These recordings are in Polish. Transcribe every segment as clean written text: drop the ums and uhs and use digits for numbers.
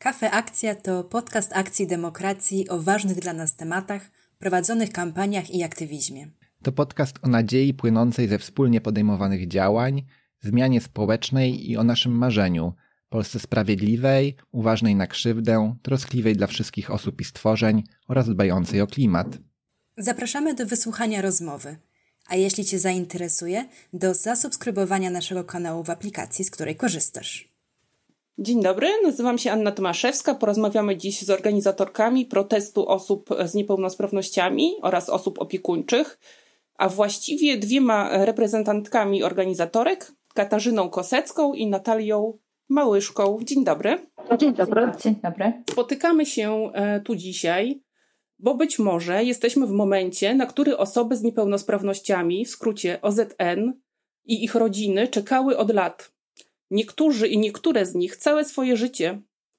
Kafe Akcja to podcast akcji demokracji o ważnych dla nas tematach, prowadzonych kampaniach i aktywizmie. To podcast o nadziei płynącej ze wspólnie podejmowanych działań, zmianie społecznej i o naszym marzeniu – Polsce sprawiedliwej, uważnej na krzywdę, troskliwej dla wszystkich osób i stworzeń oraz dbającej o klimat. Zapraszamy do wysłuchania rozmowy. A jeśli Cię zainteresuje, do zasubskrybowania naszego kanału w aplikacji, z której korzystasz. Dzień dobry, nazywam się Anna Tomaszewska. Porozmawiamy dziś z organizatorkami protestu osób z niepełnosprawnościami oraz osób opiekuńczych, a właściwie dwiema reprezentantkami organizatorek, Katarzyną Kosecką i Natalią Małyszką. Dzień dobry. Dzień dobry. Dzień dobry. Spotykamy się tu dzisiaj, bo być może jesteśmy w momencie, na który osoby z niepełnosprawnościami, w skrócie OZN, i ich rodziny czekały od lat. Niektórzy i niektóre z nich całe swoje życie.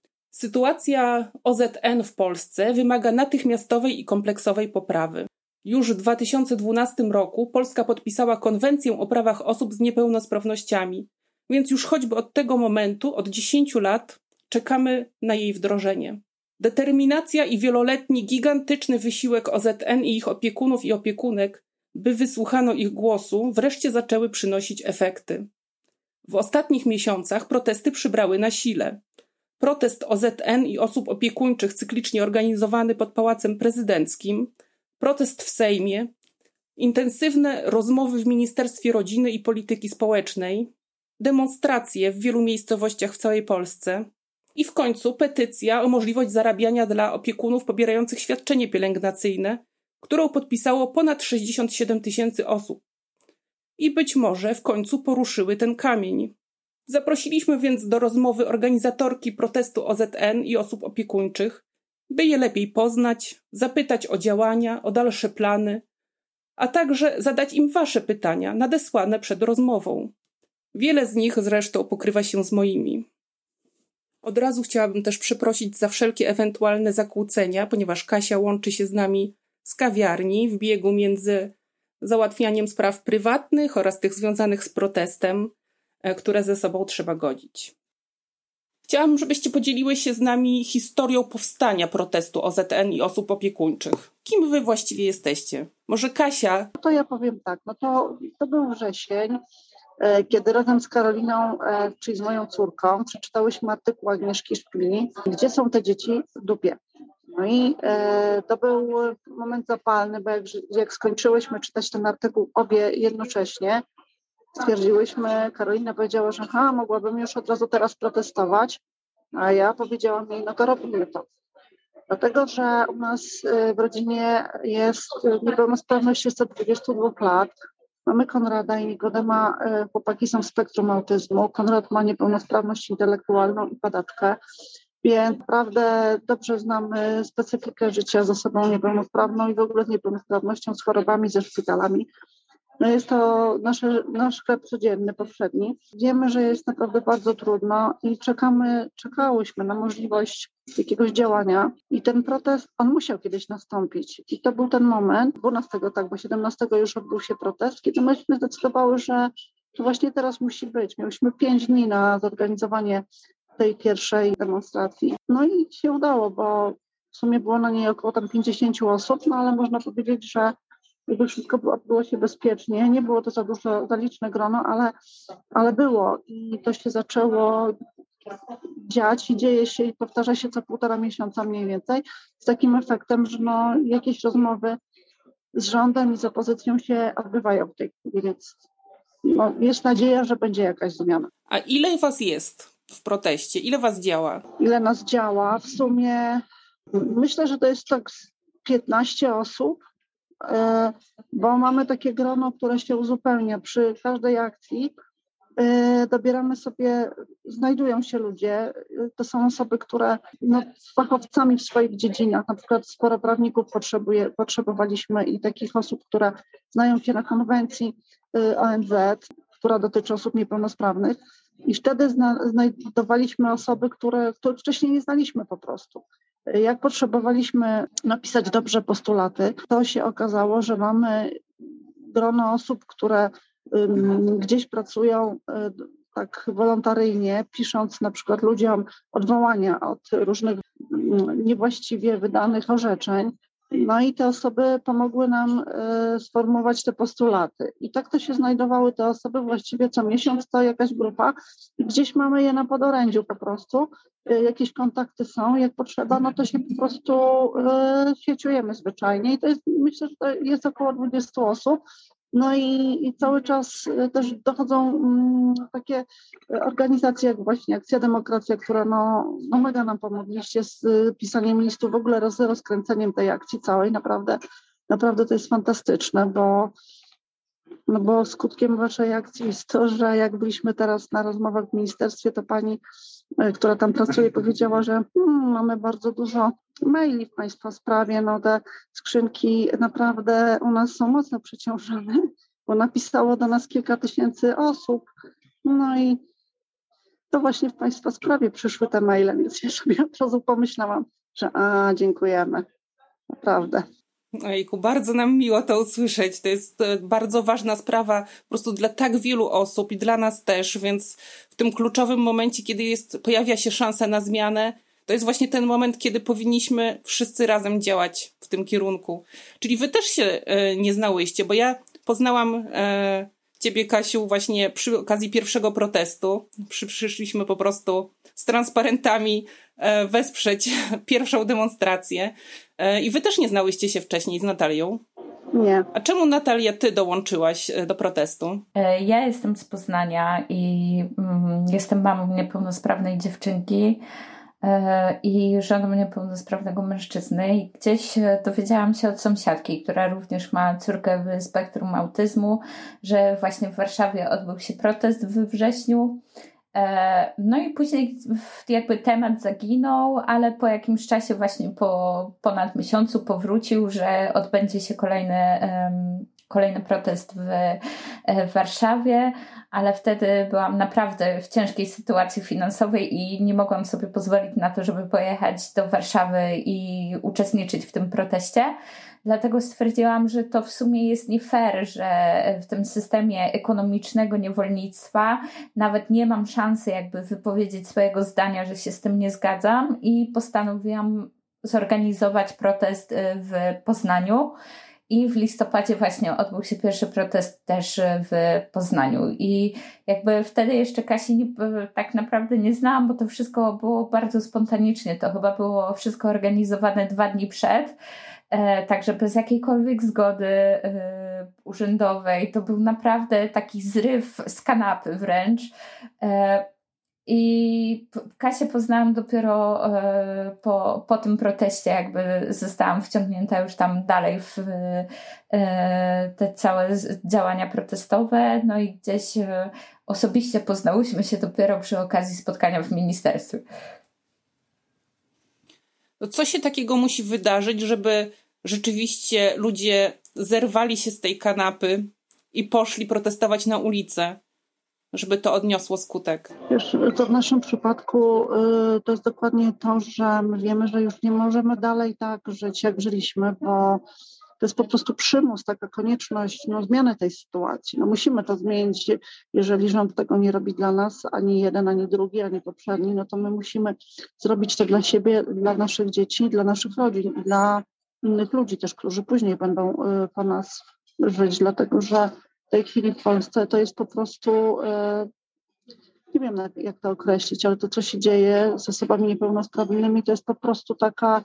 Sytuacja OZN w Polsce wymaga natychmiastowej i kompleksowej poprawy. Już w 2012 roku Polska podpisała Konwencję o prawach osób z niepełnosprawnościami, więc już choćby od tego momentu, od 10 lat, czekamy na jej wdrożenie. Determinacja i wieloletni gigantyczny wysiłek OZN i ich opiekunów i opiekunek, by wysłuchano ich głosu, wreszcie zaczęły przynosić efekty. W ostatnich miesiącach protesty przybrały na sile. Protest OZN i osób opiekuńczych cyklicznie organizowany pod Pałacem Prezydenckim, protest w Sejmie, intensywne rozmowy w Ministerstwie Rodziny i Polityki Społecznej, demonstracje w wielu miejscowościach w całej Polsce i w końcu petycja o możliwość zarabiania dla opiekunów pobierających świadczenie pielęgnacyjne, którą podpisało ponad 67 000 osób. I być może w końcu poruszyły ten kamień. Zaprosiliśmy więc do rozmowy organizatorki protestu OZN i osób opiekuńczych, by je lepiej poznać, zapytać o działania, o dalsze plany, a także zadać im wasze pytania nadesłane przed rozmową. Wiele z nich zresztą pokrywa się z moimi. Od razu chciałabym też przeprosić za wszelkie ewentualne zakłócenia, ponieważ Kasia łączy się z nami z kawiarni w biegu między załatwianiem spraw prywatnych oraz tych związanych z protestem, które ze sobą trzeba godzić. Chciałam, żebyście podzieliły się z nami historią powstania protestu OZN i osób opiekuńczych. Kim wy właściwie jesteście? Może Kasia? To ja powiem tak, to był wrzesień, kiedy razem z Karoliną, czyli z moją córką, przeczytałyśmy artykuł Agnieszki Szpili, gdzie są te dzieci w dupie. No i to był moment zapalny, bo jak skończyłyśmy czytać ten artykuł obie jednocześnie, stwierdziłyśmy, Karolina powiedziała, że mogłabym już od razu teraz protestować, a ja powiedziałam jej, no to robimy to. Dlatego, że u nas w rodzinie jest niepełnosprawność jest od 22 lat. Mamy Konrada i Nikodema, chłopaki są w spektrum autyzmu. Konrad ma niepełnosprawność intelektualną i padaczkę. Więc naprawdę dobrze znamy specyfikę życia z osobą niepełnosprawną i w ogóle z niepełnosprawnością, z chorobami, ze szpitalami. No jest to nasz chleb codzienny, powszedni. Wiemy, że jest naprawdę bardzo trudno i czekałyśmy na możliwość jakiegoś działania i ten protest, on musiał kiedyś nastąpić. I to był ten moment, 12, bo 17 już odbył się protest, kiedy myśmy zdecydowały, że właśnie teraz musi być. Mieliśmy 5 dni na zorganizowanie tej pierwszej demonstracji. No i się udało, bo w sumie było na niej około 50 osób, ale można powiedzieć, że jakby wszystko odbyło się bezpiecznie. Nie było to za liczne grono, ale było i to się zaczęło dziać i dzieje się i powtarza się co 1,5 miesiąca mniej więcej z takim efektem, że jakieś rozmowy z rządem i z opozycją się odbywają w tej chwili, więc jest nadzieja, że będzie jakaś zmiana. A ile was jest w proteście? Ile was działa? Ile nas działa? W sumie myślę, że to jest tak 15 osób, bo mamy takie grono, które się uzupełnia przy każdej akcji. Dobieramy sobie, znajdują się ludzie, to są osoby, które fachowcami w swoich dziedzinach, na przykład sporo prawników potrzebowaliśmy i takich osób, które znają się na konwencji ONZ, która dotyczy osób niepełnosprawnych i wtedy znajdowaliśmy osoby, które wcześniej nie znaliśmy po prostu. Jak potrzebowaliśmy napisać dobrze postulaty, to się okazało, że mamy grono osób, które gdzieś pracują tak wolontaryjnie, pisząc na przykład ludziom odwołania od różnych niewłaściwie wydanych orzeczeń. No i te osoby pomogły nam sformułować te postulaty. I tak to się znajdowały te osoby właściwie co miesiąc, to jakaś grupa. I gdzieś mamy je na podorędziu po prostu. Jakieś kontakty są, jak potrzeba, no to się po prostu sieciujemy zwyczajnie. I to jest, myślę, że to jest około 20 osób. No i cały czas też dochodzą takie organizacje jak właśnie Akcja Demokracja, która no mega nam pomogliście z pisaniem listu, w ogóle rozkręceniem tej akcji całej. Naprawdę to jest fantastyczne, bo skutkiem waszej akcji jest to, że jak byliśmy teraz na rozmowach w ministerstwie, to pani, która tam pracuje, powiedziała, że mamy bardzo dużo maili w państwa sprawie, no te skrzynki naprawdę u nas są mocno przeciążone, bo napisało do nas kilka tysięcy osób, no i to właśnie w państwa sprawie przyszły te maile, więc ja sobie od razu pomyślałam, że dziękujemy, naprawdę. Ojku, bardzo nam miło to usłyszeć. To jest bardzo ważna sprawa po prostu dla tak wielu osób i dla nas też, więc w tym kluczowym momencie, kiedy pojawia się szansa na zmianę, to jest właśnie ten moment, kiedy powinniśmy wszyscy razem działać w tym kierunku. Czyli wy też się nie znałyście, bo ja poznałam ciebie, Kasiu, właśnie przy okazji pierwszego protestu. Przyszliśmy po prostu z transparentami wesprzeć pierwszą demonstrację. I wy też nie znałyście się wcześniej z Natalią? Nie. A czemu, Natalia, ty dołączyłaś do protestu? Ja jestem z Poznania i jestem mamą niepełnosprawnej dziewczynki i żoną niepełnosprawnego mężczyzny. I gdzieś dowiedziałam się od sąsiadki, która również ma córkę w spektrum autyzmu, że właśnie w Warszawie odbył się protest we wrześniu. No i później jakby temat zaginął, ale po jakimś czasie, właśnie po ponad miesiącu powrócił, że odbędzie się kolejny protest w Warszawie, ale wtedy byłam naprawdę w ciężkiej sytuacji finansowej i nie mogłam sobie pozwolić na to, żeby pojechać do Warszawy i uczestniczyć w tym proteście. Dlatego stwierdziłam, że to w sumie jest nie fair, że w tym systemie ekonomicznego niewolnictwa nawet nie mam szansy jakby wypowiedzieć swojego zdania, że się z tym nie zgadzam, i postanowiłam zorganizować protest w Poznaniu. I w listopadzie właśnie odbył się pierwszy protest też w Poznaniu. I jakby wtedy jeszcze Kasi tak naprawdę nie znałam, bo to wszystko było bardzo spontanicznie. To chyba było wszystko organizowane 2 dni przed. Także bez jakiejkolwiek zgody urzędowej. To był naprawdę taki zryw z kanapy wręcz. I Kasię poznałam dopiero po tym proteście, jakby zostałam wciągnięta już tam dalej w te całe działania protestowe, no i gdzieś osobiście poznałyśmy się dopiero przy okazji spotkania w ministerstwie. Co się takiego musi wydarzyć, żeby rzeczywiście ludzie zerwali się z tej kanapy i poszli protestować na ulicę, żeby to odniosło skutek? Wiesz, to w naszym przypadku to jest dokładnie to, że my wiemy, że już nie możemy dalej tak żyć, jak żyliśmy, bo to jest po prostu przymus, taka konieczność zmiany tej sytuacji. Musimy to zmienić. Jeżeli rząd tego nie robi dla nas, ani jeden, ani drugi, ani poprzedni, no to my musimy zrobić to dla siebie, dla naszych dzieci, dla naszych rodzin, dla innych ludzi też, którzy później będą po nas żyć, dlatego że w tej chwili w Polsce to jest po prostu, nie wiem jak to określić, ale to, co się dzieje z osobami niepełnosprawnymi, to jest po prostu taka,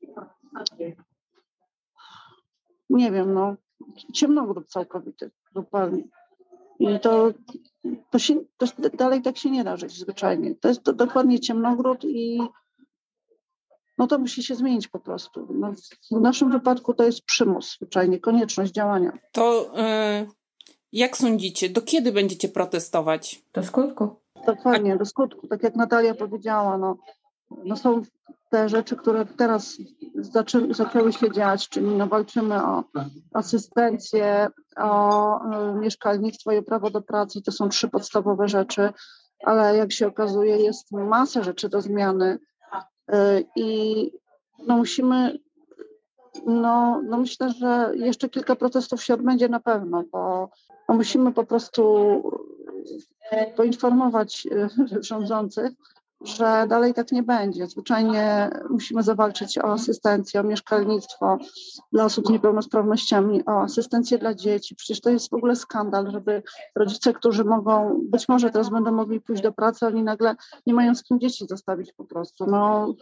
nie wiem, ciemnogród całkowity, zupełnie. I to dalej tak się nie da żyć zwyczajnie. To jest dokładnie ciemnogród i to musi się zmienić po prostu. W naszym wypadku to jest przymus zwyczajnie, konieczność działania. To jak sądzicie, do kiedy będziecie protestować? Do skutku. Dokładnie, do skutku. Tak jak Natalia powiedziała, są te rzeczy, które teraz zaczęły się dziać, czyli walczymy o asystencję, o mieszkalnictwo i o prawo do pracy. To są 3 podstawowe rzeczy, ale jak się okazuje, jest masa rzeczy do zmiany i musimy, myślę, że jeszcze kilka protestów się odbędzie na pewno, bo musimy po prostu poinformować rządzących, że dalej tak nie będzie. Zwyczajnie musimy zawalczyć o asystencję, o mieszkalnictwo dla osób z niepełnosprawnościami, o asystencję dla dzieci. Przecież to jest w ogóle skandal, żeby rodzice, którzy mogą, być może teraz będą mogli pójść do pracy, oni nagle nie mają z kim dzieci zostawić po prostu. No,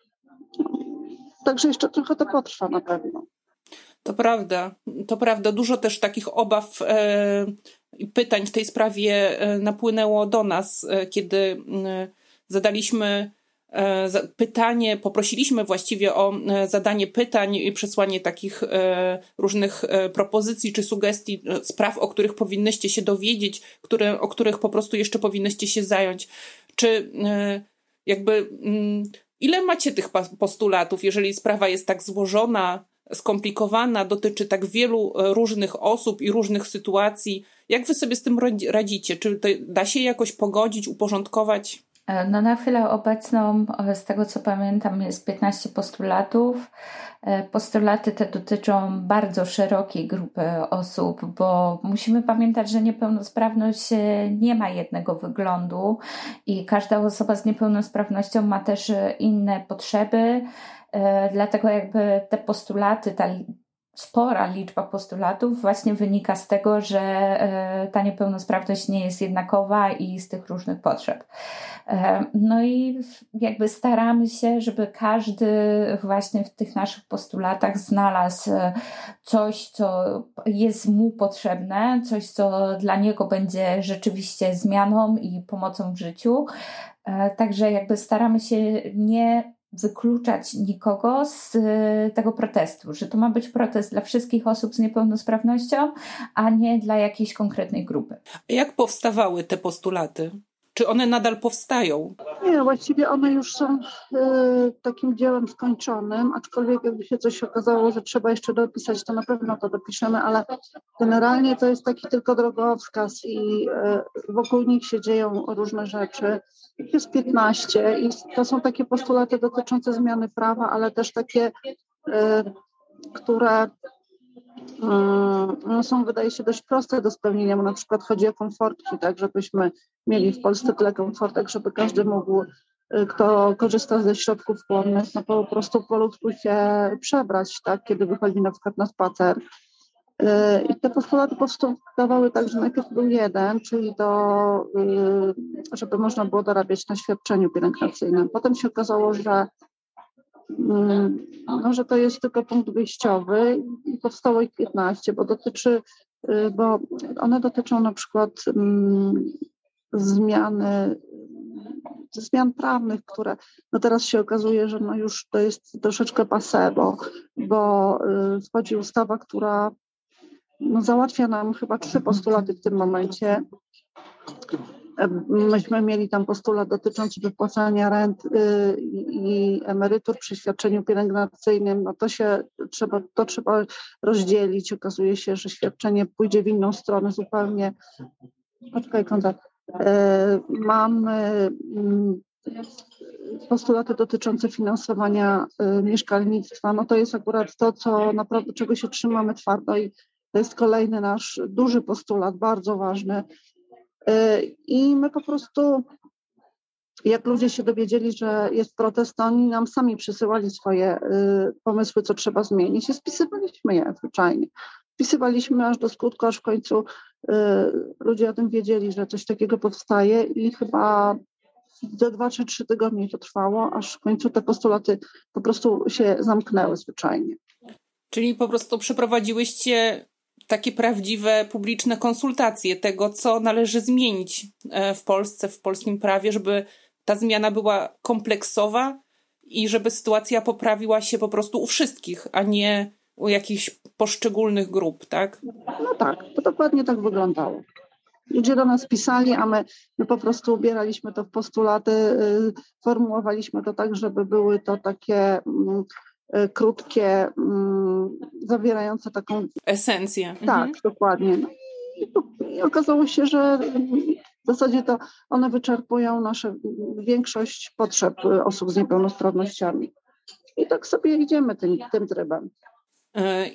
także jeszcze trochę to potrwa na pewno. To prawda. Dużo też takich obaw i pytań w tej sprawie napłynęło do nas, kiedy zadaliśmy pytanie, poprosiliśmy właściwie o zadanie pytań i przesłanie takich różnych propozycji czy sugestii, spraw, o których powinnyście się dowiedzieć, o których po prostu jeszcze powinnyście się zająć. Czy ile macie tych postulatów, jeżeli sprawa jest tak złożona, skomplikowana, dotyczy tak wielu różnych osób i różnych sytuacji? Jak wy sobie z tym radzicie? Czy to da się jakoś pogodzić, uporządkować? No na chwilę obecną, z tego co pamiętam, jest 15 postulatów. Postulaty te dotyczą bardzo szerokiej grupy osób, bo musimy pamiętać, że niepełnosprawność nie ma jednego wyglądu i każda osoba z niepełnosprawnością ma też inne potrzeby, dlatego jakby te postulaty, spora liczba postulatów właśnie wynika z tego, że ta niepełnosprawność nie jest jednakowa i z tych różnych potrzeb. No i jakby staramy się, żeby każdy właśnie w tych naszych postulatach znalazł coś, co jest mu potrzebne, coś, co dla niego będzie rzeczywiście zmianą i pomocą w życiu. Także jakby staramy się nie wykluczać nikogo z tego protestu, że to ma być protest dla wszystkich osób z niepełnosprawnością, a nie dla jakiejś konkretnej grupy. Jak powstawały te postulaty? Czy one nadal powstają? Nie, właściwie one już są takim dziełem skończonym, aczkolwiek jakby się coś okazało, że trzeba jeszcze dopisać, to na pewno to dopiszemy, ale generalnie to jest taki tylko drogowskaz i wokół nich się dzieją różne rzeczy. Jest 15 i to są takie postulaty dotyczące zmiany prawa, ale też takie, które są, wydaje się, dość proste do spełnienia, bo na przykład chodzi o komfortki, tak, żebyśmy mieli w Polsce tyle komfortek, żeby każdy mógł, kto korzysta ze środków chłonnych, no po prostu polutku się przebrać, tak, kiedy wychodzi na przykład na spacer. I te postulaty powstawały tak, że najpierw był jeden, czyli to, żeby można było dorabiać na świadczeniu pielęgnacyjnym. Potem się okazało, że to jest tylko punkt wyjściowy i powstało ich 15, bo one dotyczą na przykład zmian prawnych, które no teraz się okazuje, że no już to jest troszeczkę passé, bo wchodzi ustawa, która no załatwia nam chyba 3 postulaty w tym momencie. Myśmy mieli tam postulat dotyczący wypłacania rent i emerytur przy świadczeniu pielęgnacyjnym. No to trzeba rozdzielić. Okazuje się, że świadczenie pójdzie w inną stronę zupełnie. Poczekaj, Konrad. Mamy postulaty dotyczące finansowania mieszkalnictwa. No to jest akurat to, co naprawdę, czego się trzymamy twardo i to jest kolejny nasz duży postulat, bardzo ważny. I my po prostu, jak ludzie się dowiedzieli, że jest protest, to oni nam sami przysyłali swoje pomysły, co trzeba zmienić i spisywaliśmy je zwyczajnie. Spisywaliśmy aż do skutku, aż w końcu ludzie o tym wiedzieli, że coś takiego powstaje i chyba do 2 czy 3 tygodnie to trwało, aż w końcu te postulaty po prostu się zamknęły zwyczajnie. Czyli po prostu przeprowadziłyście takie prawdziwe, publiczne konsultacje tego, co należy zmienić w Polsce, w polskim prawie, żeby ta zmiana była kompleksowa i żeby sytuacja poprawiła się po prostu u wszystkich, a nie u jakichś poszczególnych grup, tak? No tak, to dokładnie tak wyglądało. Ludzie do nas pisali, a my po prostu ubieraliśmy to w postulaty, formułowaliśmy to tak, żeby były to takie krótkie, zawierające taką esencję. Tak, dokładnie. I okazało się, że w zasadzie to one wyczerpują większość potrzeb osób z niepełnosprawnościami. I tak sobie idziemy tym trybem. I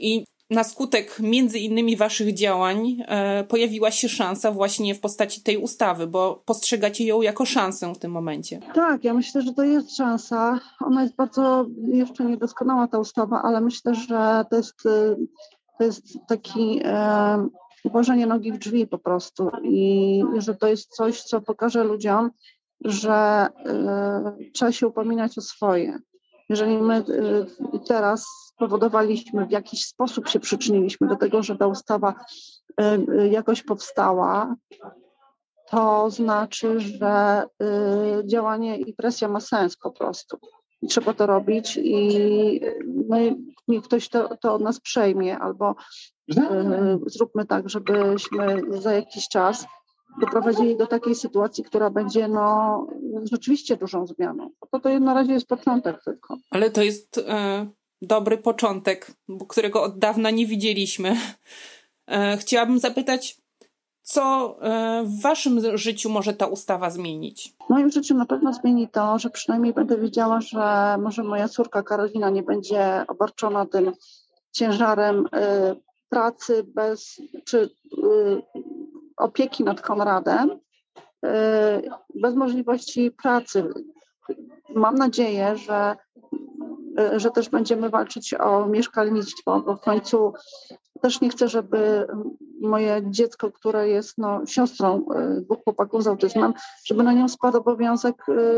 na skutek między innymi waszych działań pojawiła się szansa właśnie w postaci tej ustawy, bo postrzegacie ją jako szansę w tym momencie. Tak, ja myślę, że to jest szansa. Ona jest bardzo jeszcze niedoskonała, ta ustawa, ale myślę, że to jest taki włożenie nogi w drzwi po prostu i że to jest coś, co pokaże ludziom, że trzeba się upominać o swoje. Jeżeli my teraz spowodowaliśmy, w jakiś sposób się przyczyniliśmy do tego, że ta ustawa jakoś powstała, to znaczy, że działanie i presja ma sens po prostu. I trzeba to robić i niech ktoś to od nas przejmie, albo zróbmy tak, żebyśmy za jakiś czas doprowadzili do takiej sytuacji, która będzie rzeczywiście dużą zmianą. To na razie jest początek tylko. Ale to jest dobry początek, którego od dawna nie widzieliśmy. Chciałabym zapytać, co w waszym życiu może ta ustawa zmienić? W moim życiu na pewno zmieni to, że przynajmniej będę wiedziała, że może moja córka Karolina nie będzie obarczona tym ciężarem pracy czy opieki nad Konradem, bez możliwości pracy. Mam nadzieję, że też będziemy walczyć o mieszkalnictwo, bo w końcu też nie chcę, żeby moje dziecko, które jest siostrą dwóch chłopaków z autyzmem, żeby na nią spadł obowiązek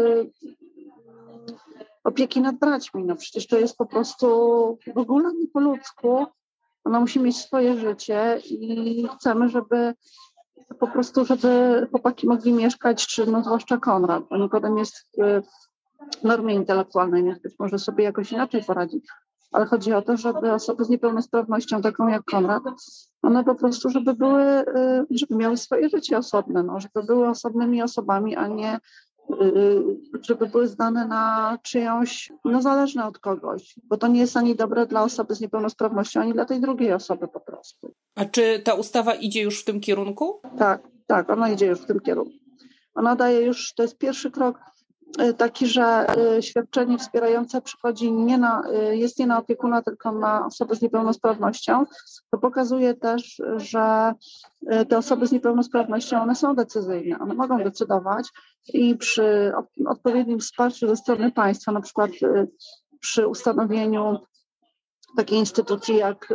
opieki nad braćmi. Przecież to jest po prostu w ogóle nie po ludzku. Ona musi mieć swoje życie i chcemy, żeby chłopaki mogli mieszkać, zwłaszcza Konrad, bo Nikodem jest w normie intelektualnej, więc być może sobie jakoś inaczej poradzić. Ale chodzi o to, żeby osoby z niepełnosprawnością, taką jak Konrad, one po prostu, żeby miały swoje życie osobne, żeby były osobnymi osobami, a nie żeby były zdane na czyjąś, zależne od kogoś, bo to nie jest ani dobre dla osoby z niepełnosprawnością, ani dla tej drugiej osoby po prostu. A czy ta ustawa idzie już w tym kierunku? Tak, ona idzie już w tym kierunku. Ona daje już, to jest pierwszy krok taki, że świadczenie wspierające przychodzi jest nie na opiekuna, tylko na osobę z niepełnosprawnością. To pokazuje też, że te osoby z niepełnosprawnością, one są decyzyjne, one mogą decydować i przy odpowiednim wsparciu ze strony państwa, na przykład przy ustanowieniu takiej instytucji jak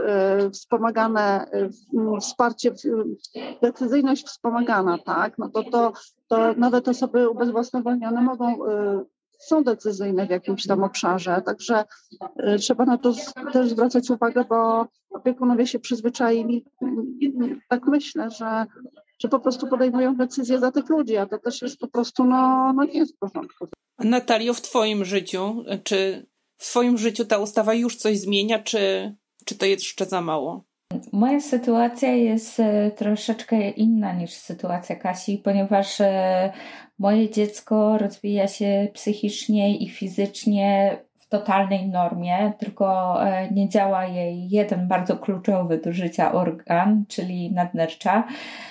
wsparcie, decyzyjność wspomagana, tak? To nawet osoby ubezwłasnowolnione są decyzyjne w jakimś tam obszarze, także trzeba na to też zwracać uwagę, bo opiekunowie się przyzwyczaili, tak myślę, że po prostu podejmują decyzje za tych ludzi, a to też jest po prostu nie jest w porządku. Natalio, w twoim życiu, czy w twoim życiu ta ustawa już coś zmienia, czy to jeszcze za mało? Moja sytuacja jest troszeczkę inna niż sytuacja Kasi, ponieważ moje dziecko rozwija się psychicznie i fizycznie w totalnej normie, tylko nie działa jej jeden bardzo kluczowy do życia organ, czyli nadnercza,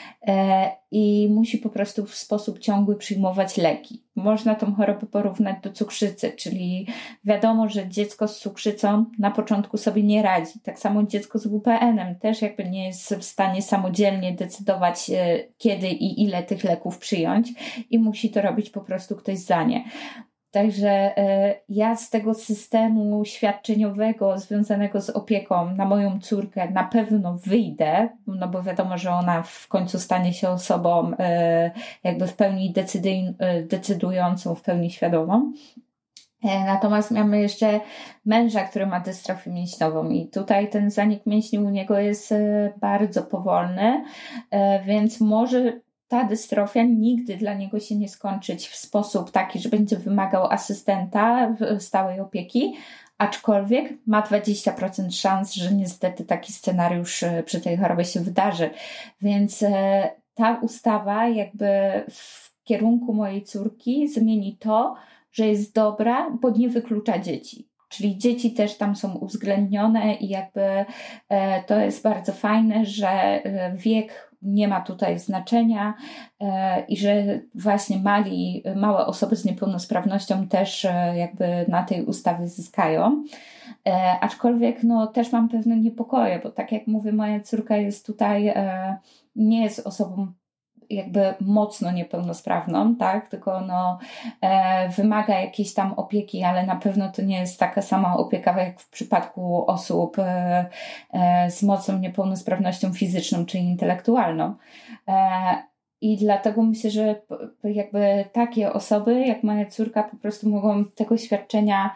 i musi po prostu w sposób ciągły przyjmować leki. Można tą chorobę porównać do cukrzycy, czyli wiadomo, że dziecko z cukrzycą na początku sobie nie radzi. Tak samo dziecko z WPN-em też jakby nie jest w stanie samodzielnie decydować, kiedy i ile tych leków przyjąć i musi to robić po prostu ktoś za nie. Także ja z tego systemu świadczeniowego związanego z opieką na moją córkę na pewno wyjdę, bo wiadomo, że ona w końcu stanie się osobą jakby w pełni decydującą, w pełni świadomą. Natomiast mamy jeszcze męża, który ma dystrofię mięśniową i tutaj ten zanik mięśni u niego jest bardzo powolny, więc może ta dystrofia nigdy dla niego się nie skończyć w sposób taki, że będzie wymagał asystenta stałej opieki, aczkolwiek ma 20% szans, że niestety taki scenariusz przy tej chorobie się wydarzy. Więc ta ustawa jakby w kierunku mojej córki zmieni to, że jest dobra, bo nie wyklucza dzieci. Czyli dzieci też tam są uwzględnione i jakby to jest bardzo fajne, że wiek nie ma tutaj znaczenia i że właśnie małe osoby z niepełnosprawnością też jakby na tej ustawie zyskają. Aczkolwiek też mam pewne niepokoje, bo tak jak mówię, moja córka jest tutaj, nie jest osobą jakby mocno niepełnosprawną, tak, tylko wymaga jakiejś tam opieki, ale na pewno to nie jest taka sama opieka jak w przypadku osób z mocną niepełnosprawnością fizyczną czy intelektualną. I dlatego myślę, że jakby takie osoby jak moja córka po prostu mogą tego świadczenia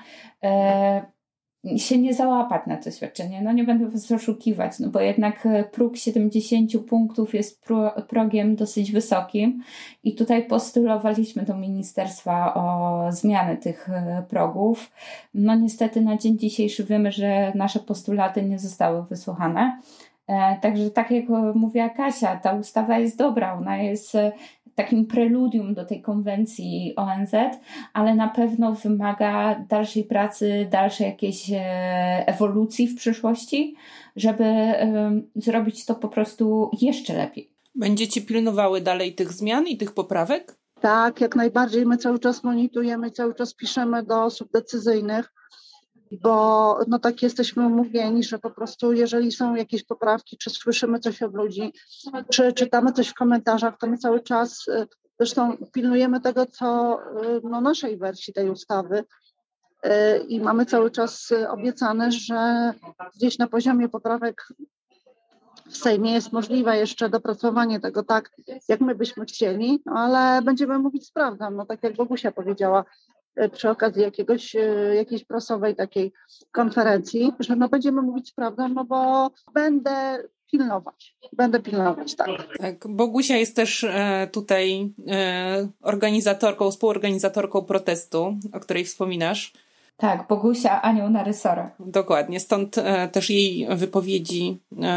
się nie załapać na to świadczenie. Nie będę was oszukiwać, bo jednak próg 70 punktów jest progiem dosyć wysokim i tutaj postulowaliśmy do ministerstwa o zmianę tych progów. Niestety na dzień dzisiejszy wiemy, że nasze postulaty nie zostały wysłuchane. Także tak jak mówiła Kasia, ta ustawa jest dobra, ona jest takim preludium do tej konwencji ONZ, ale na pewno wymaga dalszej pracy, dalszej jakiejś ewolucji w przyszłości, żeby zrobić to po prostu jeszcze lepiej. Będziecie pilnowały dalej tych zmian i tych poprawek? Tak, jak najbardziej. My cały czas monitorujemy, cały czas piszemy do osób decyzyjnych, bo tak jesteśmy umówieni, że po prostu jeżeli są jakieś poprawki, czy słyszymy coś od ludzi, czy czytamy coś w komentarzach, to my cały czas zresztą pilnujemy tego, co naszej wersji tej ustawy i mamy cały czas obiecane, że gdzieś na poziomie poprawek w Sejmie jest możliwe jeszcze dopracowanie tego tak, jak my byśmy chcieli, ale będziemy mówić z prawdą, tak jak Bogusia powiedziała przy okazji jakiejś prasowej takiej konferencji, że będziemy mówić z prawdą, bo będę pilnować, tak. Tak, Bogusia jest też tutaj organizatorką, współorganizatorką protestu, o której wspominasz. Tak, Bogusia, anioł na rysorach. Dokładnie, stąd też jej wypowiedzi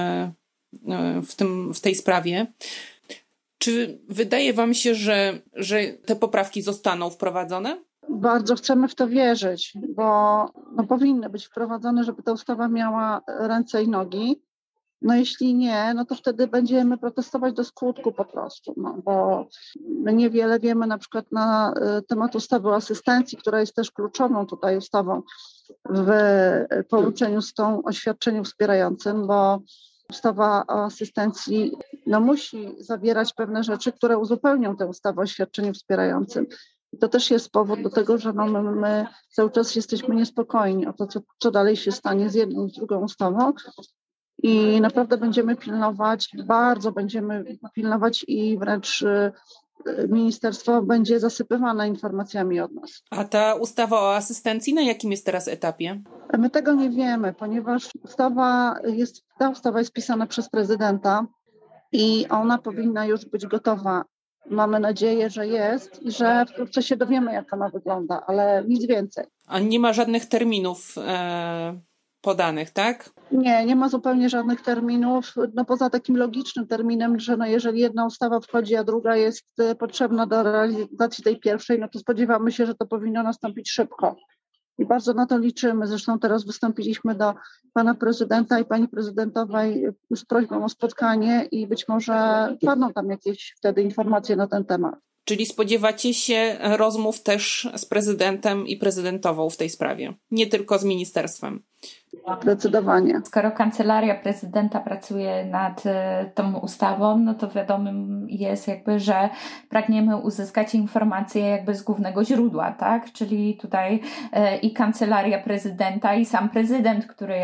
w tej sprawie. Czy wydaje wam się, że te poprawki zostaną wprowadzone? Bardzo chcemy w to wierzyć, bo powinny być wprowadzone, żeby ta ustawa miała ręce i nogi. Jeśli nie, to wtedy będziemy protestować do skutku po prostu, bo my niewiele wiemy na przykład na temat ustawy o asystencji, która jest też kluczową tutaj ustawą w połączeniu z tą o świadczeniu wspierającym, bo ustawa o asystencji musi zawierać pewne rzeczy, które uzupełnią tę ustawę o świadczeniu wspierającym. I to też jest powód do tego, że my cały czas jesteśmy niespokojni o to, co dalej się stanie z jedną, z drugą ustawą. I naprawdę bardzo będziemy pilnować i wręcz ministerstwo będzie zasypywane informacjami od nas. A ta ustawa o asystencji na jakim jest teraz etapie? My tego nie wiemy, ponieważ ta ustawa jest pisana przez prezydenta i ona powinna już być gotowa. Mamy nadzieję, że jest i że wkrótce się dowiemy, jak ona wygląda, ale nic więcej. A nie ma żadnych terminów podanych, tak? Nie ma zupełnie żadnych terminów, poza takim logicznym terminem, że jeżeli jedna ustawa wchodzi, a druga jest potrzebna do realizacji tej pierwszej, to spodziewamy się, że to powinno nastąpić szybko. I bardzo na to liczymy. Zresztą teraz wystąpiliśmy do pana prezydenta i pani prezydentowej z prośbą o spotkanie i być może padną tam jakieś wtedy informacje na ten temat. Czyli spodziewacie się rozmów też z prezydentem i prezydentową w tej sprawie, nie tylko z ministerstwem? Zdecydowanie. Skoro Kancelaria Prezydenta pracuje nad tą ustawą, to wiadomym jest że pragniemy uzyskać informacje z głównego źródła, tak? Czyli tutaj i Kancelaria Prezydenta i sam prezydent, który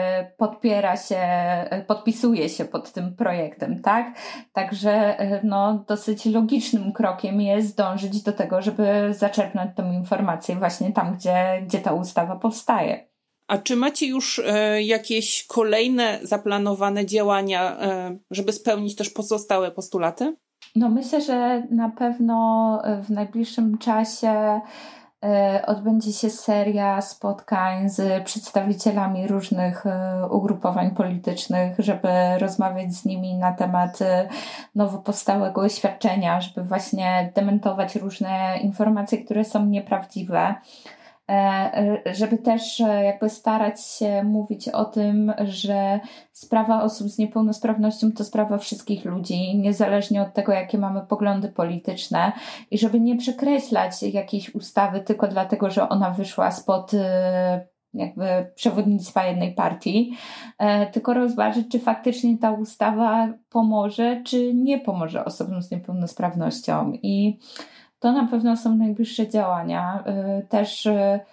podpisuje się pod tym projektem, tak? Także dosyć logicznym krokiem jest dążyć do tego, żeby zaczerpnąć tą informację właśnie tam, gdzie ta ustawa powstaje. A czy macie już jakieś kolejne zaplanowane działania, żeby spełnić też pozostałe postulaty? Myślę, że na pewno w najbliższym czasie odbędzie się seria spotkań z przedstawicielami różnych ugrupowań politycznych, żeby rozmawiać z nimi na temat nowo powstałego oświadczenia, żeby właśnie dementować różne informacje, które są nieprawdziwe. żeby też jakby starać się mówić o tym, że sprawa osób z niepełnosprawnością to sprawa wszystkich ludzi, niezależnie od tego, jakie mamy poglądy polityczne i żeby nie przekreślać jakiejś ustawy tylko dlatego, że ona wyszła spod jakby przewodnictwa jednej partii, tylko rozważyć, czy faktycznie ta ustawa pomoże, czy nie pomoże osobom z niepełnosprawnością. I to na pewno są najbliższe działania. Też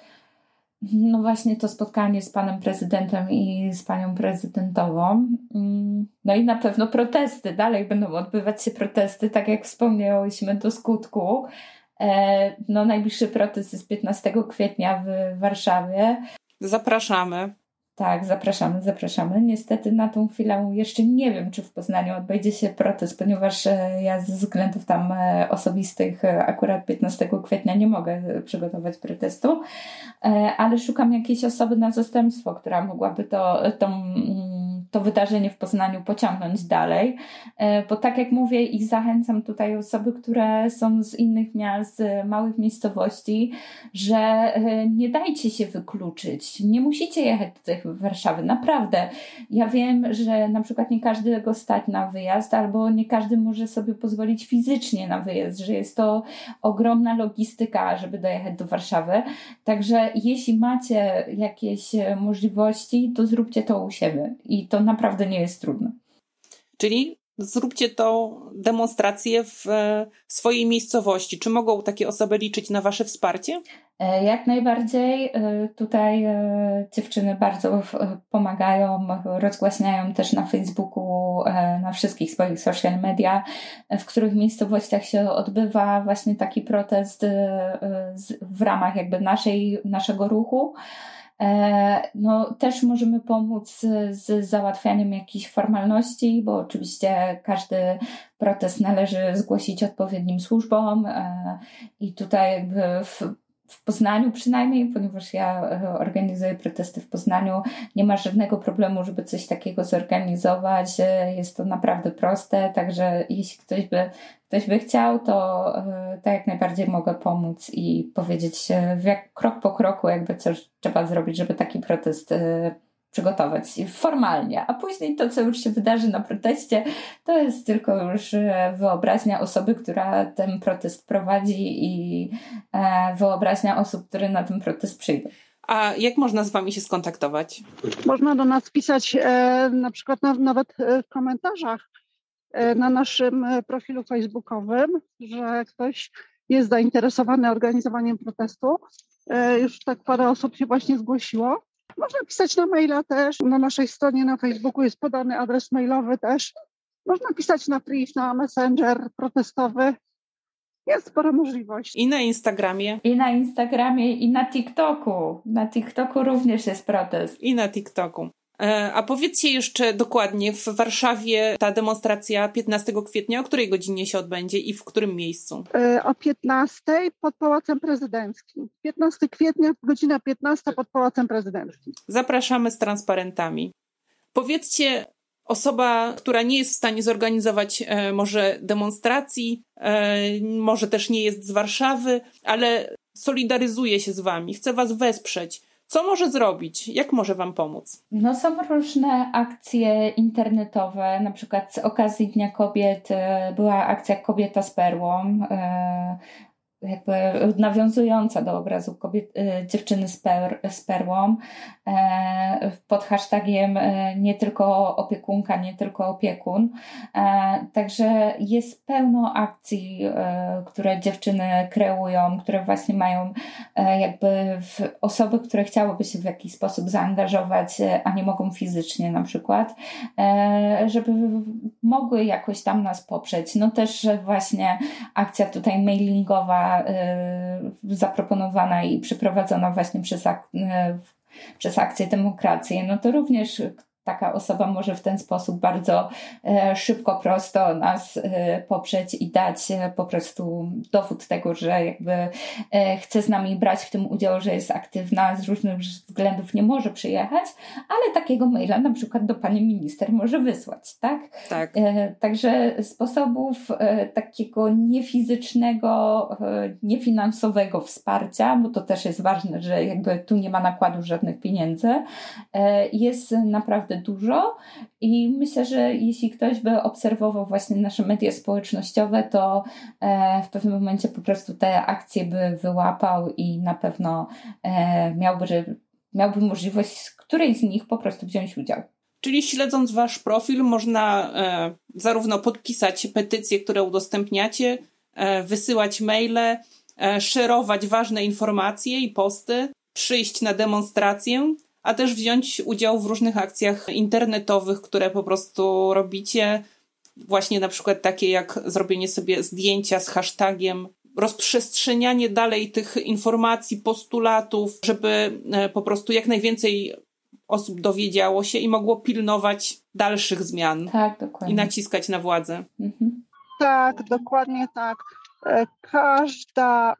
no właśnie to spotkanie z panem prezydentem i z panią prezydentową. No i na pewno protesty. Dalej będą odbywać się protesty, tak jak wspomniałyśmy, do skutku. No najbliższy protest jest 15 kwietnia w Warszawie. Zapraszamy. Tak, zapraszamy. Niestety na tą chwilę jeszcze nie wiem, czy w Poznaniu odbędzie się protest, ponieważ ja ze względów tam osobistych akurat 15 kwietnia nie mogę przygotować protestu, ale szukam jakiejś osoby na zastępstwo, która mogłaby to wydarzenie w Poznaniu pociągnąć dalej, bo tak jak mówię i zachęcam tutaj osoby, które są z innych miast, małych miejscowości, że nie dajcie się wykluczyć, nie musicie jechać do tej Warszawy, naprawdę. Ja wiem, że na przykład nie każdego stać na wyjazd, albo nie każdy może sobie pozwolić fizycznie na wyjazd, że jest to ogromna logistyka, żeby dojechać do Warszawy, także jeśli macie jakieś możliwości, to zróbcie to u siebie i to naprawdę nie jest trudne. Czyli zróbcie tą demonstrację w swojej miejscowości. Czy mogą takie osoby liczyć na wasze wsparcie? Jak najbardziej. Tutaj dziewczyny bardzo pomagają, rozgłaśniają też na Facebooku, na wszystkich swoich social media, w których miejscowościach się odbywa właśnie taki protest w ramach jakby naszego ruchu. No, też możemy pomóc z załatwianiem jakichś formalności, bo oczywiście każdy protest należy zgłosić odpowiednim służbom i tutaj jakby w Poznaniu przynajmniej, ponieważ ja organizuję protesty w Poznaniu, nie ma żadnego problemu, żeby coś takiego zorganizować. Jest to naprawdę proste, także jeśli ktoś by chciał, to jak najbardziej mogę pomóc i powiedzieć krok po kroku, jakby co trzeba zrobić, żeby taki protest przygotować formalnie, a później to, co już się wydarzy na proteście, to jest tylko już wyobraźnia osoby, która ten protest prowadzi i wyobraźnia osób, które na ten protest przyjdą. A jak można z wami się skontaktować? Można do nas pisać na przykład nawet w komentarzach na naszym profilu facebookowym, że ktoś jest zainteresowany organizowaniem protestu. Już tak parę osób się właśnie zgłosiło. Można pisać na maila też. Na naszej stronie na Facebooku jest podany adres mailowy też. Można pisać na priv, na Messenger protestowy. Jest sporo możliwości. I na Instagramie. I na Instagramie, i na TikToku. Na TikToku również jest protest. I na TikToku. A powiedzcie jeszcze dokładnie, w Warszawie ta demonstracja 15 kwietnia, o której godzinie się odbędzie i w którym miejscu? O 15 pod Pałacem Prezydenckim. 15 kwietnia, godzina 15 pod Pałacem Prezydenckim. Zapraszamy z transparentami. Powiedzcie, osoba, która nie jest w stanie zorganizować może demonstracji, może też nie jest z Warszawy, ale solidaryzuje się z wami, chce was wesprzeć. Co może zrobić? Jak może wam pomóc? No są różne akcje internetowe, na przykład z okazji Dnia Kobiet była akcja Kobieta z perłą, jakby nawiązująca do obrazu dziewczyny z perłą, pod hashtagiem nie tylko opiekunka, nie tylko opiekun. Także jest pełno akcji, które dziewczyny kreują, które właśnie mają jakby osoby, które chciałyby się w jakiś sposób zaangażować, a nie mogą fizycznie na przykład, żeby mogły jakoś tam nas poprzeć. No też właśnie akcja tutaj mailingowa zaproponowana i przeprowadzona właśnie przez Akcję Demokracji, no to również taka osoba może w ten sposób bardzo szybko, prosto nas poprzeć i dać po prostu dowód tego, że jakby chce z nami brać w tym udział, że jest aktywna, z różnych względów nie może przyjechać, ale takiego maila na przykład do pani minister może wysłać, tak? Tak. Także sposobów takiego niefizycznego, niefinansowego wsparcia, bo to też jest ważne, że jakby tu nie ma nakładu żadnych pieniędzy, jest naprawdę dużo i myślę, że jeśli ktoś by obserwował właśnie nasze media społecznościowe, to w pewnym momencie po prostu te akcje by wyłapał i na pewno miałby możliwość z którejś z nich po prostu wziąć udział. Czyli śledząc wasz profil można zarówno podpisać petycje, które udostępniacie, wysyłać maile, szerować ważne informacje i posty, przyjść na demonstrację, a też wziąć udział w różnych akcjach internetowych, które po prostu robicie. Właśnie na przykład takie jak zrobienie sobie zdjęcia z hashtagiem, rozprzestrzenianie dalej tych informacji, postulatów, żeby po prostu jak najwięcej osób dowiedziało się i mogło pilnować dalszych zmian. Tak, dokładnie. I naciskać na władzę. Mhm. Tak, dokładnie tak. Każda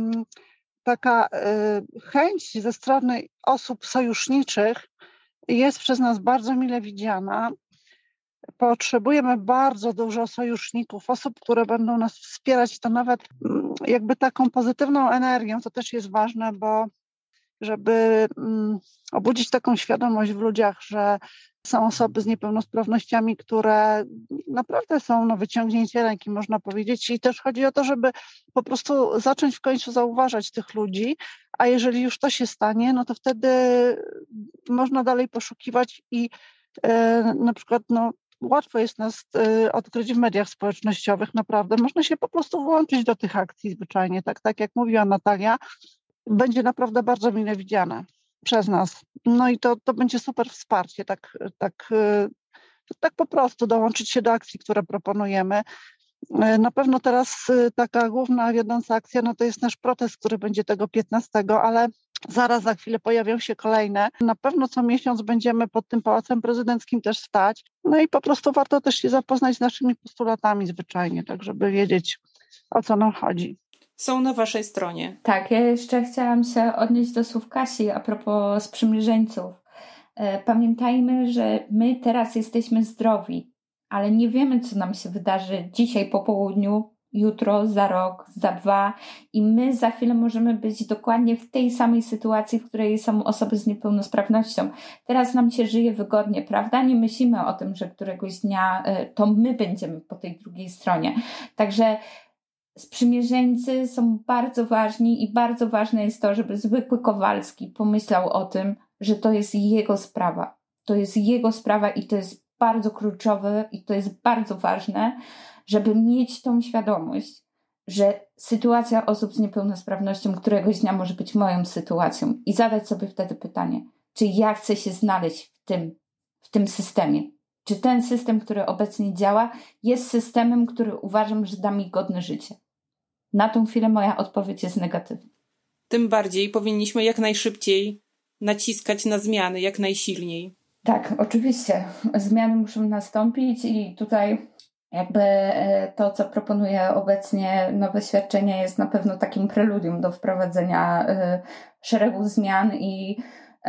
taka chęć ze strony osób sojuszniczych jest przez nas bardzo mile widziana. Potrzebujemy bardzo dużo sojuszników, osób, które będą nas wspierać, to nawet jakby taką pozytywną energią, to też jest ważne, bo żeby obudzić taką świadomość w ludziach, że są osoby z niepełnosprawnościami, które naprawdę są wyciągnięcie ręki, można powiedzieć. I też chodzi o to, żeby po prostu zacząć w końcu zauważać tych ludzi, a jeżeli już to się stanie, no to wtedy można dalej poszukiwać i na przykład łatwo jest nas odkryć w mediach społecznościowych, naprawdę. Można się po prostu włączyć do tych akcji zwyczajnie, tak jak mówiła Natalia. Będzie naprawdę bardzo mile widziane przez nas. No i to będzie super wsparcie, tak po prostu dołączyć się do akcji, które proponujemy. Na pewno teraz taka główna wiodąca akcja, to jest nasz protest, który będzie tego 15, ale zaraz za chwilę pojawią się kolejne. Na pewno co miesiąc będziemy pod tym Pałacem Prezydenckim też stać. No i po prostu warto też się zapoznać z naszymi postulatami zwyczajnie, tak żeby wiedzieć, o co nam chodzi. Są na waszej stronie. Tak, ja jeszcze chciałam się odnieść do słów Kasi a propos sprzymierzeńców. Pamiętajmy, że my teraz jesteśmy zdrowi, ale nie wiemy, co nam się wydarzy dzisiaj po południu, jutro, za rok, za 2 i my za chwilę możemy być dokładnie w tej samej sytuacji, w której są osoby z niepełnosprawnością. Teraz nam się żyje wygodnie, prawda? Nie myślimy o tym, że któregoś dnia to my będziemy po tej drugiej stronie. Także sprzymierzeńcy są bardzo ważni i bardzo ważne jest to, żeby zwykły Kowalski pomyślał o tym, że to jest jego sprawa. To jest jego sprawa i to jest bardzo kluczowe i to jest bardzo ważne, żeby mieć tą świadomość, że sytuacja osób z niepełnosprawnością któregoś dnia może być moją sytuacją i zadać sobie wtedy pytanie, czy ja chcę się znaleźć w tym systemie. Czy ten system, który obecnie działa, jest systemem, który uważam, że da mi godne życie. Na tą chwilę moja odpowiedź jest negatywna. Tym bardziej powinniśmy jak najszybciej naciskać na zmiany, jak najsilniej. Tak, oczywiście. Zmiany muszą nastąpić i tutaj jakby to, co proponuje obecnie nowe świadczenie, jest na pewno takim preludium do wprowadzenia szeregu zmian i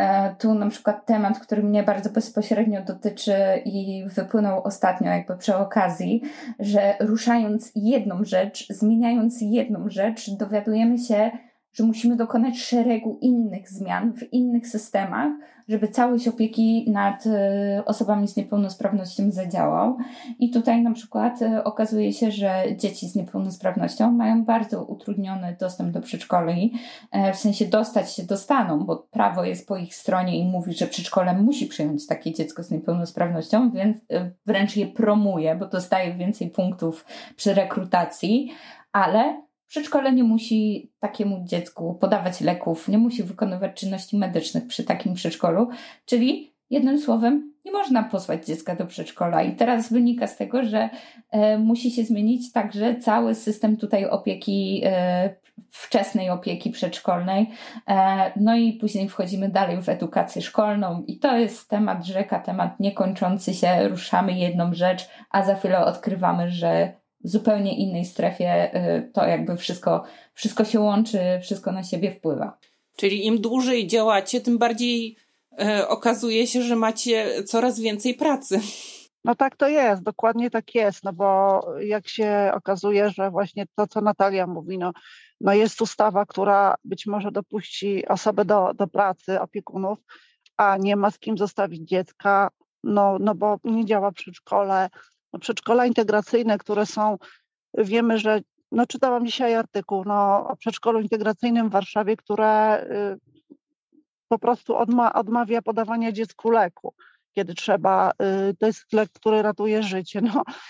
tu na przykład temat, który mnie bardzo bezpośrednio dotyczy i wypłynął ostatnio jakby przy okazji, że ruszając jedną rzecz, zmieniając jedną rzecz, dowiadujemy się, że musimy dokonać szeregu innych zmian w innych systemach, żeby całość opieki nad osobami z niepełnosprawnością zadziałał. I tutaj na przykład okazuje się, że dzieci z niepełnosprawnością mają bardzo utrudniony dostęp do przedszkoli, w sensie dostać się dostaną, bo prawo jest po ich stronie i mówi, że przedszkole musi przyjąć takie dziecko z niepełnosprawnością, więc wręcz je promuje, bo dostaje więcej punktów przy rekrutacji, ale przedszkole nie musi takiemu dziecku podawać leków, nie musi wykonywać czynności medycznych przy takim przedszkolu, czyli jednym słowem, nie można posłać dziecka do przedszkola. I teraz wynika z tego, że musi się zmienić także cały system tutaj opieki, wczesnej opieki przedszkolnej. No i później wchodzimy dalej w edukację szkolną i to jest temat rzeka, temat niekończący się. Ruszamy jedną rzecz, a za chwilę odkrywamy, że w zupełnie innej strefie to jakby wszystko się łączy, wszystko na siebie wpływa. Czyli im dłużej działacie, tym bardziej okazuje się, że macie coraz więcej pracy. No tak to jest, dokładnie tak jest, no bo jak się okazuje, że właśnie to, co Natalia mówi, no jest ustawa, która być może dopuści osobę do pracy, opiekunów, a nie ma z kim zostawić dziecka, no bo nie działa przedszkole. No przedszkola integracyjne, które są, wiemy, że, czytałam dzisiaj artykuł o przedszkolu integracyjnym w Warszawie, które po prostu odmawia podawania dziecku leku, kiedy trzeba. To jest lek, który ratuje życie.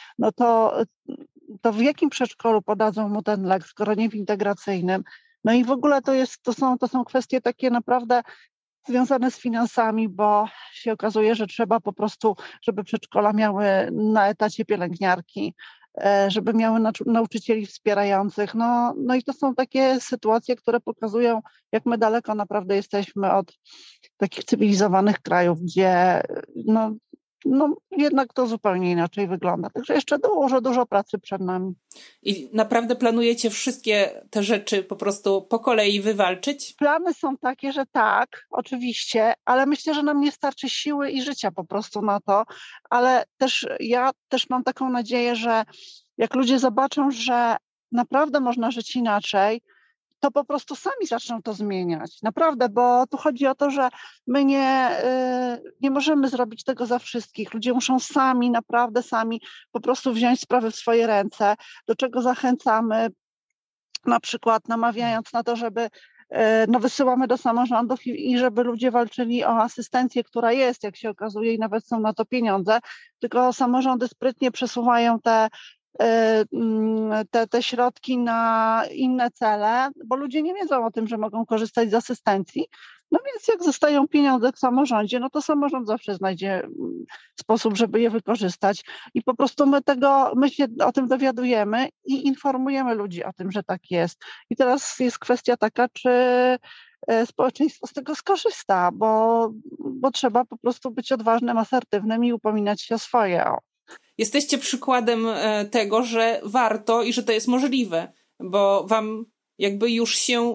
To w jakim przedszkolu podadzą mu ten lek, skoro nie w integracyjnym? No i w ogóle to są kwestie takie naprawdę związane z finansami, bo się okazuje, że trzeba po prostu, żeby przedszkola miały na etacie pielęgniarki, żeby miały nauczycieli wspierających. No i to są takie sytuacje, które pokazują, jak my daleko naprawdę jesteśmy od takich cywilizowanych krajów, gdzie jednak to zupełnie inaczej wygląda. Także jeszcze dużo pracy przed nami. I naprawdę planujecie wszystkie te rzeczy po prostu po kolei wywalczyć? Plany są takie, że tak, oczywiście, ale myślę, że nam nie starczy siły i życia po prostu na to, ale ja też mam taką nadzieję, że jak ludzie zobaczą, że naprawdę można żyć inaczej, to po prostu sami zaczną to zmieniać. Naprawdę, bo tu chodzi o to, że my nie możemy zrobić tego za wszystkich. Ludzie muszą naprawdę sami po prostu wziąć sprawy w swoje ręce, do czego zachęcamy, na przykład namawiając na to, żeby wysyłamy do samorządów i żeby ludzie walczyli o asystencję, która jest, jak się okazuje, i nawet są na to pieniądze, tylko samorządy sprytnie przesuwają te środki na inne cele, bo ludzie nie wiedzą o tym, że mogą korzystać z asystencji. No więc jak zostają pieniądze w samorządzie, no to samorząd zawsze znajdzie sposób, żeby je wykorzystać. I po prostu my się o tym dowiadujemy i informujemy ludzi o tym, że tak jest. I teraz jest kwestia taka, czy społeczeństwo z tego skorzysta, bo trzeba po prostu być odważnym, asertywnym i upominać się o swoje. Jesteście przykładem tego, że warto i że to jest możliwe, bo wam jakby już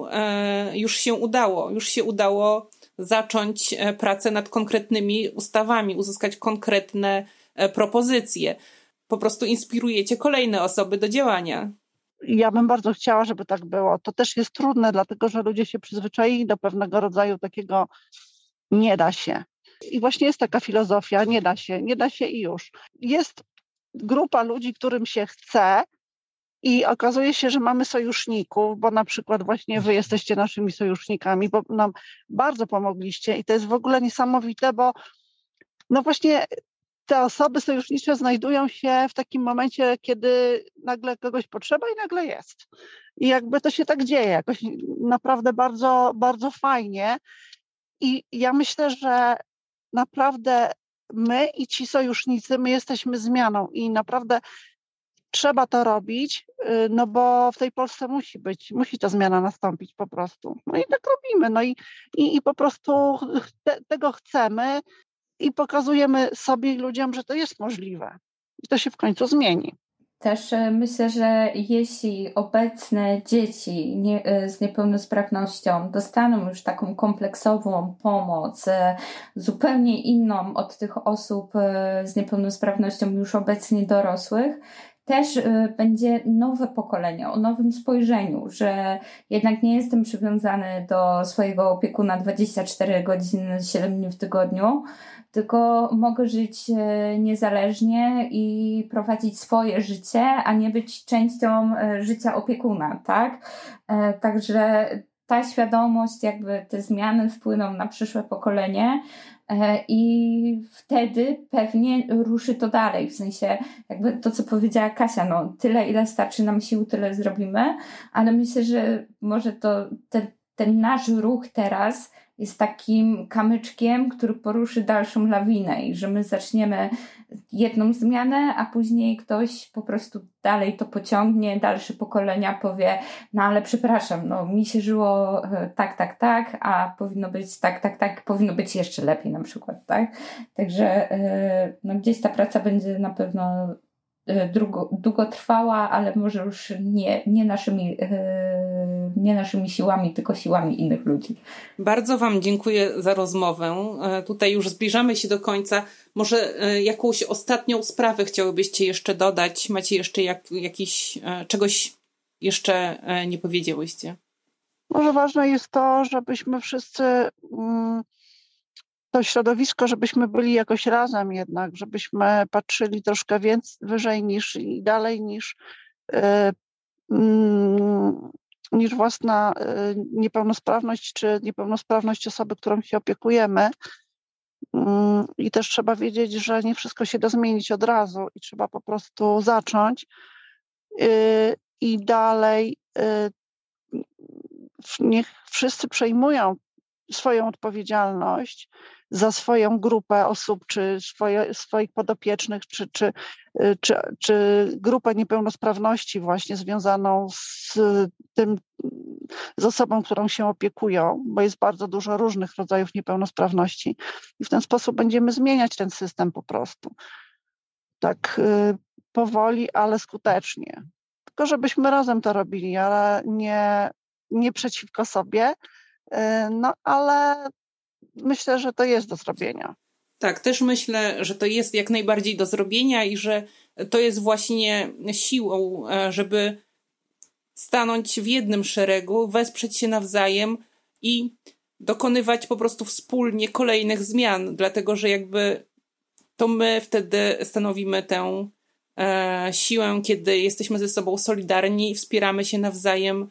się udało zacząć pracę nad konkretnymi ustawami, uzyskać konkretne propozycje. Po prostu inspirujecie kolejne osoby do działania. Ja bym bardzo chciała, żeby tak było. To też jest trudne, dlatego że ludzie się przyzwyczaili do pewnego rodzaju takiego nie da się. I właśnie jest taka filozofia, nie da się i już. Jest grupa ludzi, którym się chce i okazuje się, że mamy sojuszników, bo na przykład właśnie wy jesteście naszymi sojusznikami, bo nam bardzo pomogliście i to jest w ogóle niesamowite, bo właśnie te osoby sojusznicze znajdują się w takim momencie, kiedy nagle kogoś potrzeba i nagle jest. I jakby to się tak dzieje, jakoś naprawdę bardzo, bardzo fajnie. I ja myślę, że naprawdę my i ci sojusznicy, my jesteśmy zmianą i naprawdę trzeba to robić, bo w tej Polsce musi ta zmiana nastąpić po prostu. No i tak robimy, i po prostu tego chcemy i pokazujemy sobie i ludziom, że to jest możliwe i to się w końcu zmieni. Też myślę, że jeśli obecne dzieci z niepełnosprawnością dostaną już taką kompleksową pomoc, zupełnie inną od tych osób z niepełnosprawnością już obecnie dorosłych, też będzie nowe pokolenie o nowym spojrzeniu, że jednak nie jestem przywiązany do swojego opiekuna 24 godziny, 7 dni w tygodniu, tylko mogę żyć niezależnie i prowadzić swoje życie, a nie być częścią życia opiekuna, tak? Także ta świadomość, jakby te zmiany wpłyną na przyszłe pokolenie i wtedy pewnie ruszy to dalej, w sensie jakby to, co powiedziała Kasia, tyle ile starczy nam sił, tyle zrobimy, ale myślę, że może to ten nasz ruch teraz jest takim kamyczkiem, który poruszy dalszą lawinę i że my zaczniemy jedną zmianę, a później ktoś po prostu dalej to pociągnie, dalsze pokolenia powie, no ale przepraszam, no mi się żyło tak, a powinno być tak, powinno być jeszcze lepiej na przykład, tak? Także no gdzieś ta praca będzie na pewno długotrwała, ale może już nie naszymi siłami, tylko siłami innych ludzi. Bardzo Wam dziękuję za rozmowę. Tutaj już zbliżamy się do końca. Może jakąś ostatnią sprawę chciałybyście jeszcze dodać? Macie jeszcze czegoś jeszcze nie powiedziałyście? Może ważne jest to, żebyśmy wszyscy to środowisko, żebyśmy byli jakoś razem jednak, żebyśmy patrzyli troszkę wyżej i dalej niż własna niepełnosprawność czy niepełnosprawność osoby, którą się opiekujemy. I też trzeba wiedzieć, że nie wszystko się da zmienić od razu i trzeba po prostu zacząć i dalej niech wszyscy przejmują swoją odpowiedzialność za swoją grupę osób, czy swoich podopiecznych, czy grupę niepełnosprawności właśnie związaną z osobą, którą się opiekują, bo jest bardzo dużo różnych rodzajów niepełnosprawności i w ten sposób będziemy zmieniać ten system po prostu. Tak powoli, ale skutecznie. Tylko żebyśmy razem to robili, ale nie przeciwko sobie, no ale myślę, że to jest do zrobienia. Tak, też myślę, że to jest jak najbardziej do zrobienia i że to jest właśnie siłą, żeby stanąć w jednym szeregu, wesprzeć się nawzajem i dokonywać po prostu wspólnie kolejnych zmian, dlatego że jakby to my wtedy stanowimy tę siłę, kiedy jesteśmy ze sobą solidarni, wspieramy się nawzajem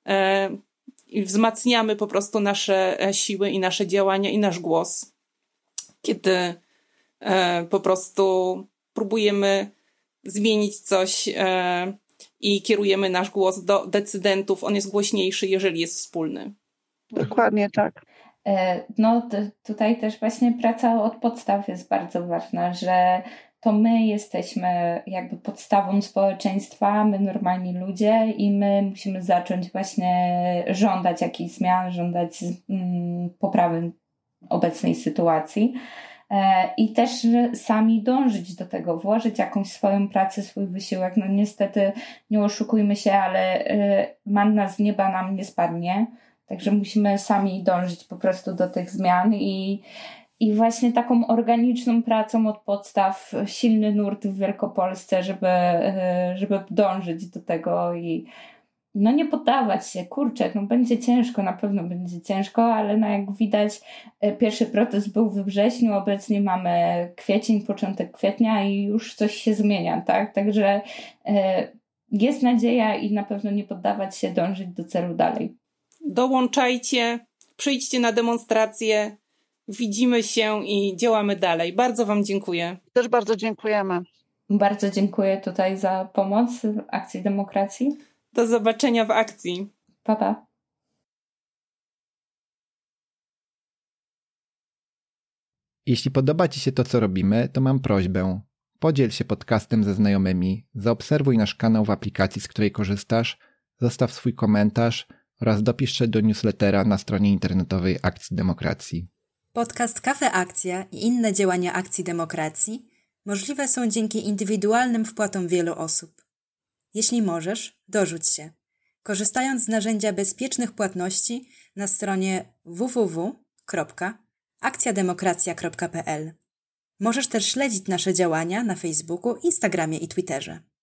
i wzmacniamy po prostu nasze siły i nasze działania i nasz głos. Kiedy po prostu próbujemy zmienić coś i kierujemy nasz głos do decydentów, on jest głośniejszy, jeżeli jest wspólny. Dokładnie tak. No tutaj też właśnie praca od podstaw jest bardzo ważna, że to my jesteśmy jakby podstawą społeczeństwa, my normalni ludzie i my musimy zacząć właśnie żądać jakichś zmian, żądać poprawy obecnej sytuacji i też sami dążyć do tego, włożyć jakąś swoją pracę, swój wysiłek. No niestety nie oszukujmy się, ale manna z nieba nam nie spadnie, także musimy sami dążyć po prostu do tych zmian i właśnie taką organiczną pracą od podstaw, silny nurt w Wielkopolsce, żeby dążyć do tego i no nie poddawać się, kurczę, no będzie ciężko, na pewno będzie ciężko, ale no jak widać pierwszy protest był we wrześniu, obecnie mamy kwiecień, początek kwietnia i już coś się zmienia, tak? Także jest nadzieja i na pewno nie poddawać się, dążyć do celu dalej. Dołączajcie, przyjdźcie na demonstrację, widzimy się i działamy dalej. Bardzo Wam dziękuję. Też bardzo dziękujemy. Bardzo dziękuję tutaj za pomoc w Akcji Demokracji. Do zobaczenia w akcji. Pa, pa. Jeśli podoba Ci się to, co robimy, to mam prośbę. Podziel się podcastem ze znajomymi, zaobserwuj nasz kanał w aplikacji, z której korzystasz, zostaw swój komentarz oraz dopisz się do newslettera na stronie internetowej Akcji Demokracji. Podcast Kafe Akcja i inne działania Akcji Demokracji możliwe są dzięki indywidualnym wpłatom wielu osób. Jeśli możesz, dorzuć się, korzystając z narzędzia bezpiecznych płatności na stronie www.akcjademokracja.pl. Możesz też śledzić nasze działania na Facebooku, Instagramie i Twitterze.